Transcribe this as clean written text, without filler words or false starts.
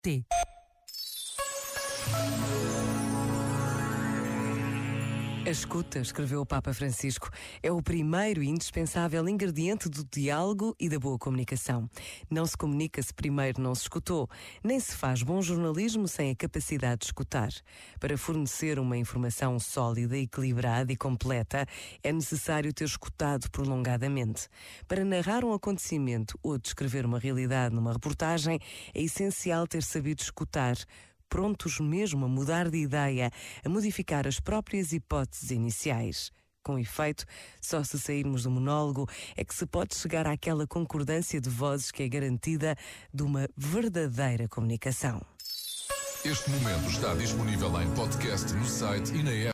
T. A escuta, escreveu o Papa Francisco, é o primeiro e indispensável ingrediente do diálogo e da boa comunicação. Não se comunica se primeiro não se escutou, nem se faz bom jornalismo sem a capacidade de escutar. Para fornecer uma informação sólida, equilibrada e completa, é necessário ter escutado prolongadamente. Para narrar um acontecimento ou descrever uma realidade numa reportagem, é essencial ter sabido escutar, prontos mesmo a mudar de ideia, a modificar as próprias hipóteses iniciais. Com efeito, só se sairmos do monólogo é que se pode chegar àquela concordância de vozes que é garantida de uma verdadeira comunicação. Este momento está disponível em podcast no site e na app.